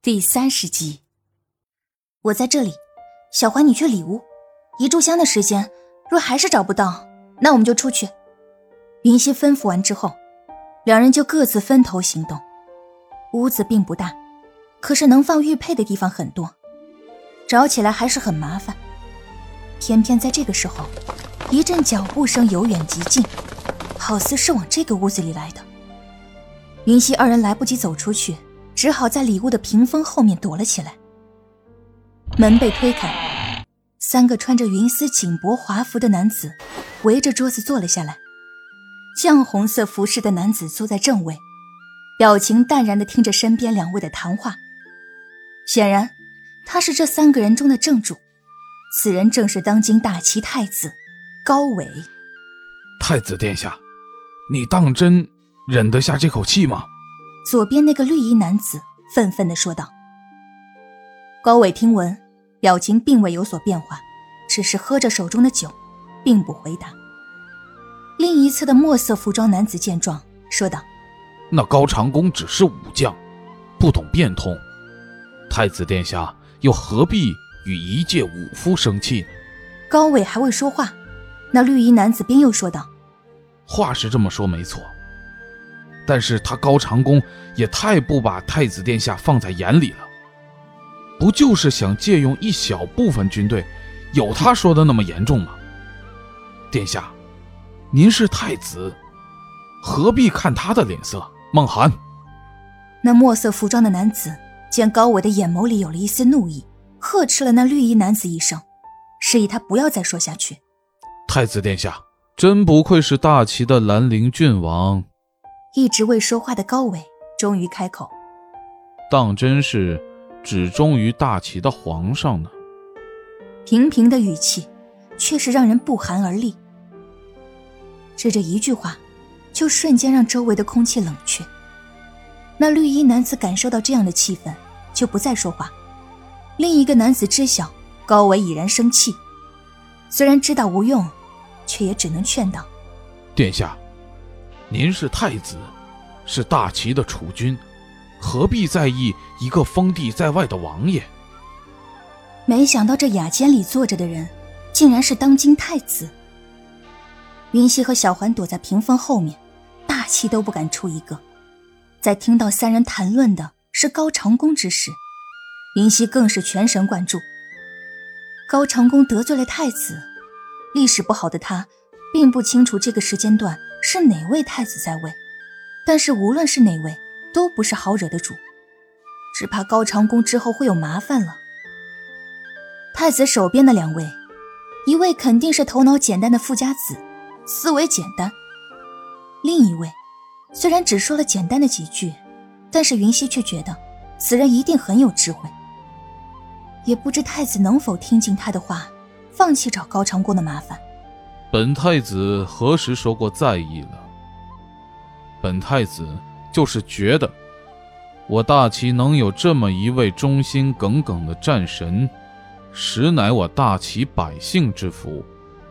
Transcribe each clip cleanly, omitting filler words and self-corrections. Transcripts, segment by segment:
第30集。我在这里，小环你去里屋，一炷香的时间，若还是找不到，那我们就出去。云溪吩咐完之后，两人就各自分头行动。屋子并不大，可是能放玉佩的地方很多，找起来还是很麻烦。偏偏在这个时候，一阵脚步声由远及近，好似是往这个屋子里来的。云溪二人来不及走出去，只好在里屋的屏风后面躲了起来。门被推开，3个穿着云丝锦帛华服的男子围着桌子坐了下来。绛红色服饰的男子坐在正位，表情淡然地听着身边2位的谈话。显然他是这3个人中的正主，此人正是当今大齐太子高纬。 太子殿下，你当真忍得下这口气吗？ 左边那个绿衣男子愤愤地说道。高纬听闻，表情并未有所变化，只是喝着手中的酒，并不回答。另一侧的墨色服装男子见状说道： 那高长恭只是武将，不懂变通，太子殿下又何必与一介武夫生气呢？ 高纬还未说话，那绿衣男子便又说道： 话是这么说没错，但是他高长恭也太不把太子殿下放在眼里了，不就是想借用一小部分军队，有他说的那么严重吗？殿下，您是太子，何必看他的脸色？孟涵。 那墨色服装的男子见高纬的眼眸里有了一丝怒意，呵斥了那绿衣男子一声，示意他不要再说下去。 太子殿下，真不愧是大齐的兰陵郡王。 一直未说话的高纬终于开口： 当真是只忠于大齐的皇上呢。 平平的语气却是让人不寒而栗，这一句话就瞬间让周围的空气冷却。那绿衣男子感受到这样的气氛，就不再说话。另一个男子知晓高纬已然生气，虽然知道无用，却也只能劝道： 殿下，您是太子，是大齐的储君，何必在意一个封地在外的王爷？ 没想到这雅间里坐着的人竟然是当今太子。云溪和小环躲在屏风后面，大气都不敢出一个。在听到3人谈论的是高长恭之时，云溪更是全神贯注。高长恭得罪了太子，历史不好的他并不清楚这个时间段是哪位太子在位，但是无论是哪位都不是好惹的主，只怕高长恭之后会有麻烦了。太子手边的2位，一位肯定是头脑简单的富家子，思维简单；另一位虽然只说了简单的几句，但是云溪却觉得此人一定很有智慧。也不知太子能否听进他的话，放弃找高长恭的麻烦。 本太子何时说过在意了？本太子就是觉得我大齐能有这么一位忠心耿耿的战神，实乃我大齐百姓之福。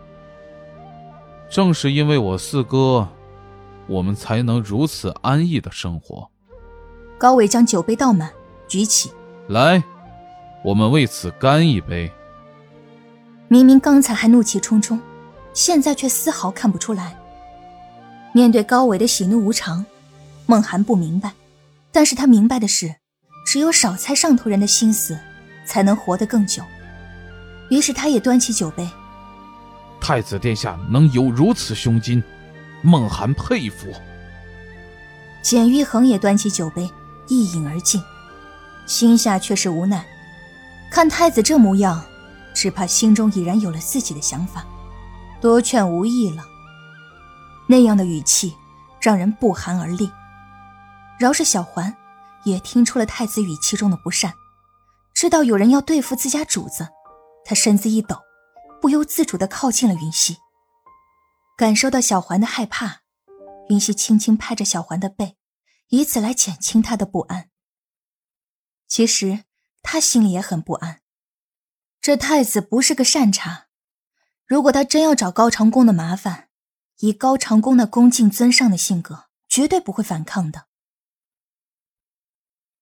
正是因为我4哥，我们才能如此安逸的生活。 高纬将酒杯倒满，举起， 来，我们为此干一杯。 明明刚才还怒气冲冲，现在却丝毫看不出来。面对高纬的喜怒无常，孟涵不明白，但是他明白的是，只有少猜上头人的心思，才能活得更久。于是他也端起酒杯。 太子殿下能有如此胸襟，孟涵佩服。 简玉衡也端起酒杯，一饮而尽，心下却是无奈。看太子这模样，只怕心中已然有了自己的想法，多劝无益了。那样的语气让人不寒而栗。饶是小环也听出了太子语气中的不善，知道有人要对付自家主子，他身子一抖，不由自主地靠近了云溪。感受到小环的害怕，云溪轻轻拍着小环的背，以此来减轻她的不安。其实他心里也很不安，这太子不是个善茬，如果他真要找高长恭的麻烦，以高长恭那恭敬尊上的性格，绝对不会反抗的。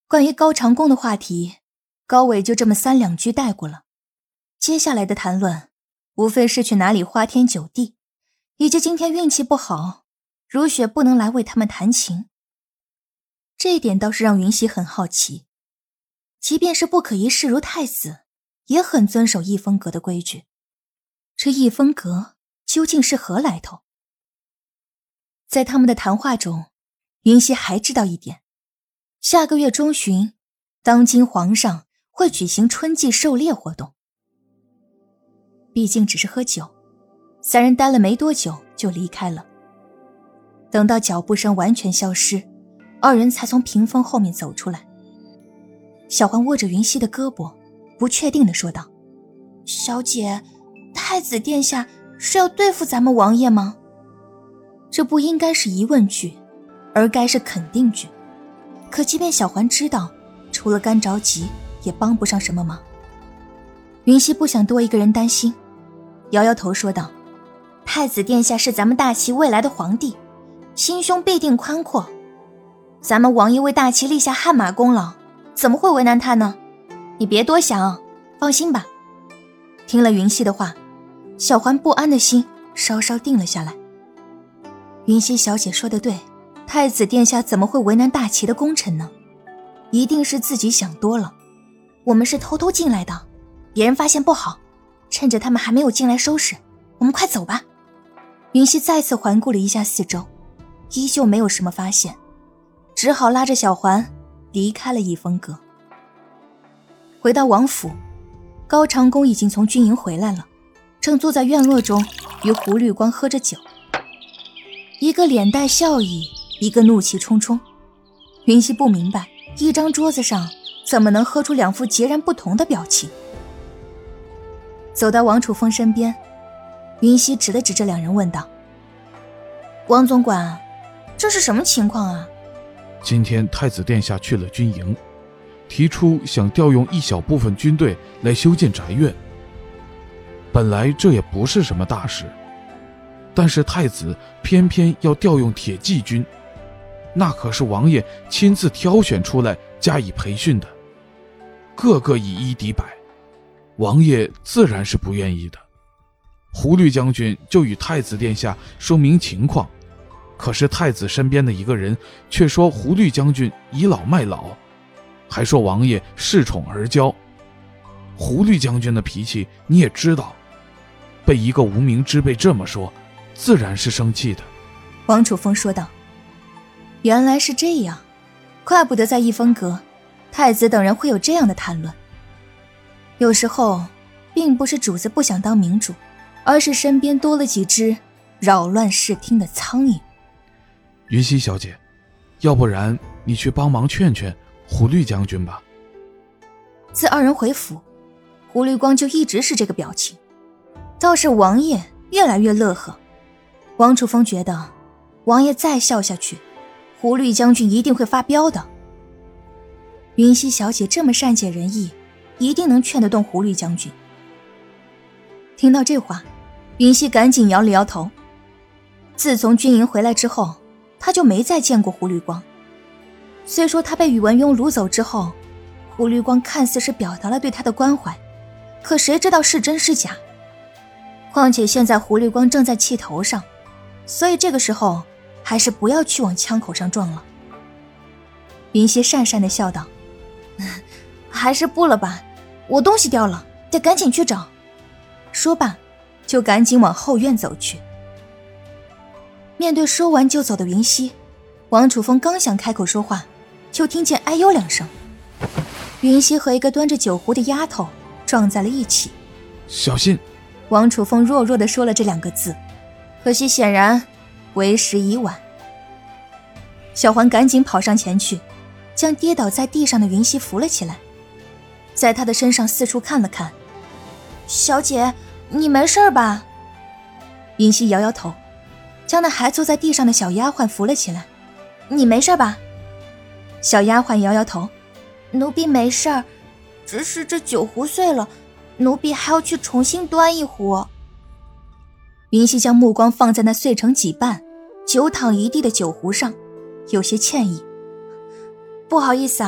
关于高长恭的话题，高伟就这么3两句带过了。接下来的谈论无非是去哪里花天酒地，以及今天运气不好，如雪不能来为他们弹琴。这一点倒是让云溪很好奇，即便是不可一世如太子，也很遵守逸风阁的规矩。这逸风阁究竟是何来头？在他们的谈话中，云溪还知道一点，下个月中旬，当今皇上会举行春季狩猎活动。毕竟只是喝酒，3人待了没多久就离开了。等到脚步声完全消失，2人才从屏风后面走出来。小环握着云溪的胳膊，不确定地说道：“小姐，太子殿下是要对付咱们王爷吗？”这不应该是疑问句，而该是肯定句。可即便小环知道，除了干着急，也帮不上什么忙。云溪不想多一个人担心，摇摇头说道：“太子殿下是咱们大齐未来的皇帝，心胸必定宽阔。咱们王爷为大齐立下汗马功劳，怎么会为难他呢？你别多想，放心吧。”听了云溪的话，小环不安的心稍稍定了下来。云溪小姐说得对，太子殿下怎么会为难大齐的功臣呢？一定是自己想多了。我们是偷偷进来的，别人发现不好，趁着他们还没有进来收拾，我们快走吧。云溪再次环顾了一下四周，依旧没有什么发现，只好拉着小环离开了逸风阁。回到王府，高长恭已经从军营回来了，正坐在院落中与胡绿光喝着酒，一个脸带笑意，一个怒气冲冲。云溪不明白，一张桌子上怎么能喝出2副截然不同的表情。走到王楚风身边，云溪指了指这2人问道：“王总管，这是什么情况啊？” 今天太子殿下去了军营，提出想调用一小部分军队来修建宅院。本来这也不是什么大事，但是太子偏偏要调用铁骑军，那可是王爷亲自挑选出来加以培训的，个个以1敌100，王爷自然是不愿意的。胡律将军就与太子殿下说明情况，可是太子身边的一个人却说胡律将军倚老卖老，还说王爷恃宠而骄。胡律将军的脾气你也知道，被一个无名之辈这么说，自然是生气的。 王楚风说道：“原来是这样，怪不得在逸风阁，太子等人会有这样的谈论。有时候并不是主子不想当明主，而是身边多了几只扰乱视听的苍蝇。” 云溪小姐，要不然你去帮忙劝劝胡律将军吧。 自2人回府，胡绿光就一直是这个表情，倒是王爷越来越乐呵。王楚风觉得王爷再笑下去，胡律将军一定会发飙的。云溪小姐这么善解人意，一定能劝得动胡律将军。听到这话，云溪赶紧摇了摇头。自从军营回来之后，他就没再见过胡绿光。虽说他被宇文邕掳走之后，胡绿光看似是表达了对他的关怀，可谁知道是真是假？况且现在胡绿光正在气头上，所以这个时候还是不要去往枪口上撞了。云溪讪讪地笑道：“还是不了吧，我东西掉了，得赶紧去找。”说罢，就赶紧往后院走去。面对说完就走的云溪，王楚风刚想开口说话，就听见哎呦2声，云溪和一个端着酒壶的丫头撞在了一起。 小心！ 王楚风弱弱地说了这2个字，可惜显然为时已晚。小环赶紧跑上前去，将跌倒在地上的云溪扶了起来，在她的身上四处看了看。小姐，你没事吧？云溪摇摇头，将那还坐在地上的小丫鬟扶了起来。你没事吧？小丫鬟摇摇头，奴婢没事儿，只是这酒壶碎了，奴婢还要去重新端一壶。云溪将目光放在那碎成几瓣、酒淌一地的酒壶上，有些歉意。不好意思啊，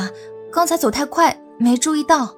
刚才走太快，没注意到。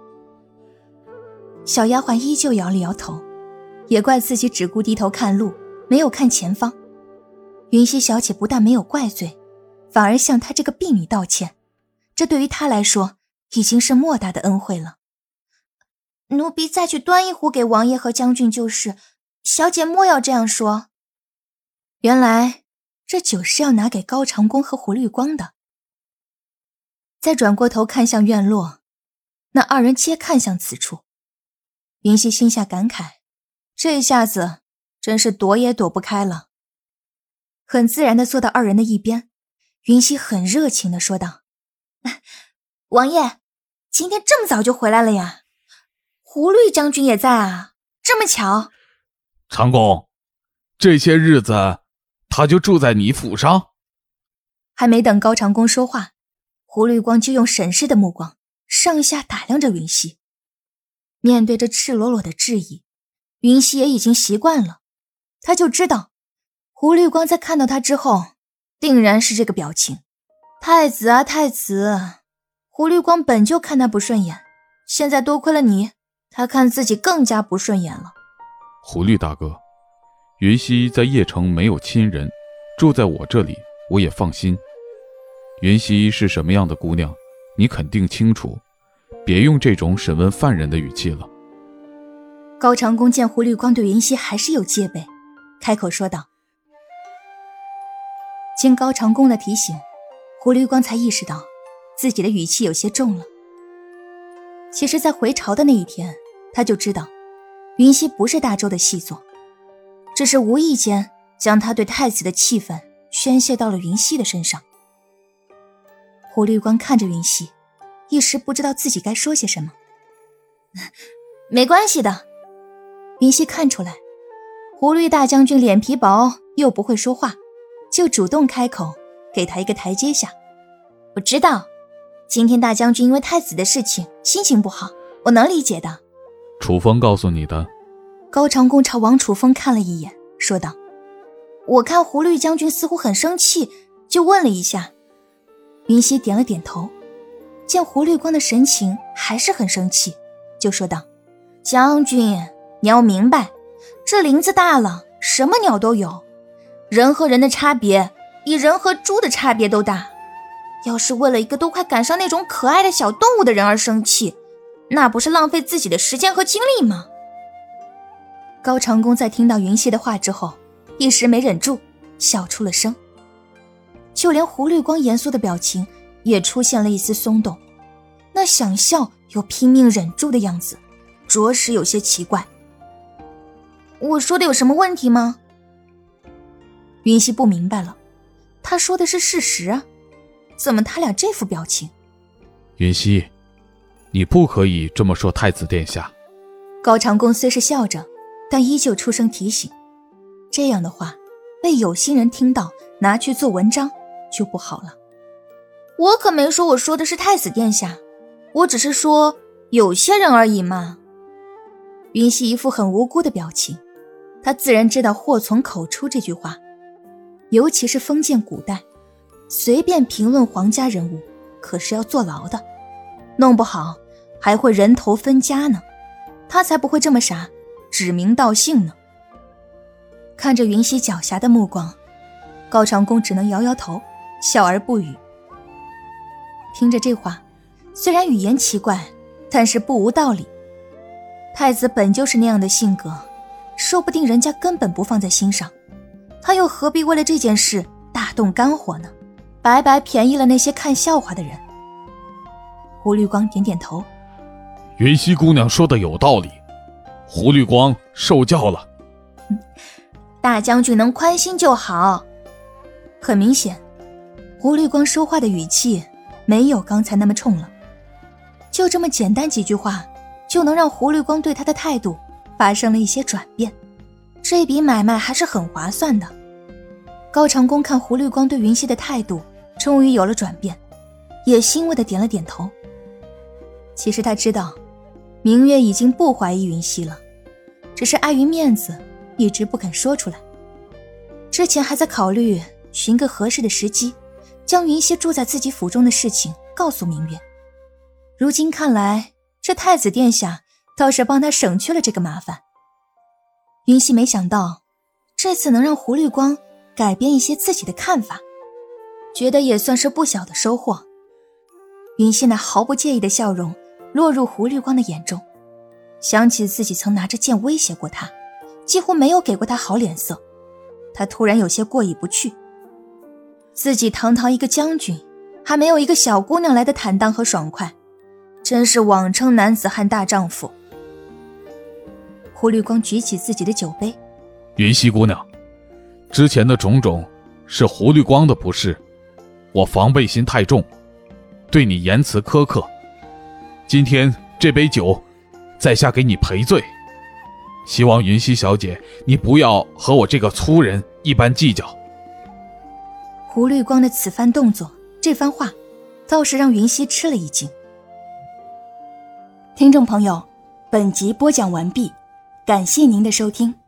小丫鬟依旧摇了摇头，也怪自己只顾低头看路，没有看前方。云溪小姐不但没有怪罪，反而向她这个婢女道歉，这对于她来说已经是莫大的恩惠了。奴婢再去端一壶给王爷和将军就是，小姐莫要这样说。原来这酒是要拿给高长恭和胡绿光的。再转过头看向院落，那二人皆看向此处。云溪心下感慨，这下子真是躲也躲不开了。很自然地坐到二人的一边，云溪很热情地说道：王爷，今天这么早就回来了呀？胡律将军也在啊，这么巧。 长恭，这些日子他就住在你府上？ 还没等高长恭说话，胡律光就用审视的目光上下打量着云溪。面对着赤裸裸的质疑，云溪也已经习惯了，他就知道胡律光在看到他之后定然是这个表情。太子啊太子，胡律光本就看他不顺眼，现在多亏了你，他看自己更加不顺眼了。 胡律大哥，云溪在邺城没有亲人，住在我这里我也放心。云溪是什么样的姑娘你肯定清楚，别用这种审问犯人的语气了。 高长恭见胡律光对云溪还是有戒备，开口说道。经高长恭的提醒，胡律光才意识到自己的语气有些重了。其实在回朝的那一天，他就知道云溪不是大周的细作，只是无意间将他对太子的气愤宣泄到了云溪的身上。胡律光看着云溪，一时不知道自己该说些什么。没关系的。云溪看出来胡律大将军脸皮薄又不会说话，就主动开口给他一个台阶下。我知道今天大将军因为太子的事情心情不好，我能理解的。 楚风告诉你的？ 高长恭朝王楚风看了一眼，说道。我看胡律将军似乎很生气，就问了一下。云溪点了点头，见胡律光的神情还是很生气，就说道：将军，你要明白，这林子大了，什么鸟都有，人和人的差别比人和猪的差别都大。要是为了一个都快赶上那种可爱的小动物的人而生气，那不是浪费自己的时间和精力吗？高长恭在听到云溪的话之后，一时没忍住笑出了声。就连胡律光严肃的表情也出现了一丝松动，那想笑又拼命忍住的样子着实有些奇怪。我说的有什么问题吗？云溪不明白了，他说的是事实啊，怎么他俩这副表情？ 云溪，你不可以这么说太子殿下。 高长恭虽是笑着，但依旧出声提醒，这样的话被有心人听到拿去做文章就不好了。我可没说我说的是太子殿下，我只是说有些人而已嘛。云溪一副很无辜的表情，他自然知道祸从口出这句话，尤其是封建古代，随便评论皇家人物可是要坐牢的，弄不好还会人头分家呢，他才不会这么傻指名道姓呢。看着云溪狡黠的目光，高长恭只能摇摇头，笑而不语。听着这话，虽然语言奇怪，但是不无道理。太子本就是那样的性格，说不定人家根本不放在心上，他又何必为了这件事大动肝火呢？白白便宜了那些看笑话的人。胡律光点点头， 云溪姑娘说的有道理，胡律光受教了。 大将军能宽心就好。很明显，胡律光说话的语气没有刚才那么冲了，就这么简单几句话就能让胡律光对他的态度发生了一些转变，这笔买卖还是很划算的。高长恭看胡律光对云溪的态度终于有了转变，也欣慰地点了点头。其实他知道明月已经不怀疑云溪了，只是碍于面子一直不肯说出来。之前还在考虑寻个合适的时机将云溪住在自己府中的事情告诉明月， 如今看来，这太子殿下倒是帮他省去了这个麻烦。云溪没想到这次能让胡绿光改变一些自己的看法，觉得也算是不小的收获。云溪那毫不介意的笑容落入胡绿光的眼中，想起自己曾拿着剑威胁过他，几乎没有给过他好脸色，他突然有些过意不去。自己堂堂一个将军，还没有一个小姑娘来的坦荡和爽快，真是妄称男子汉大丈夫。胡绿光举起自己的酒杯， 云溪姑娘，之前的种种是胡绿光的不是，我防备心太重，对你言辞苛刻，今天这杯酒在下给你赔罪，希望云溪小姐你不要和我这个粗人一般计较。 胡绿光的此番动作，这番话倒是让云溪吃了一惊。听众朋友，本集播讲完毕，感谢您的收听。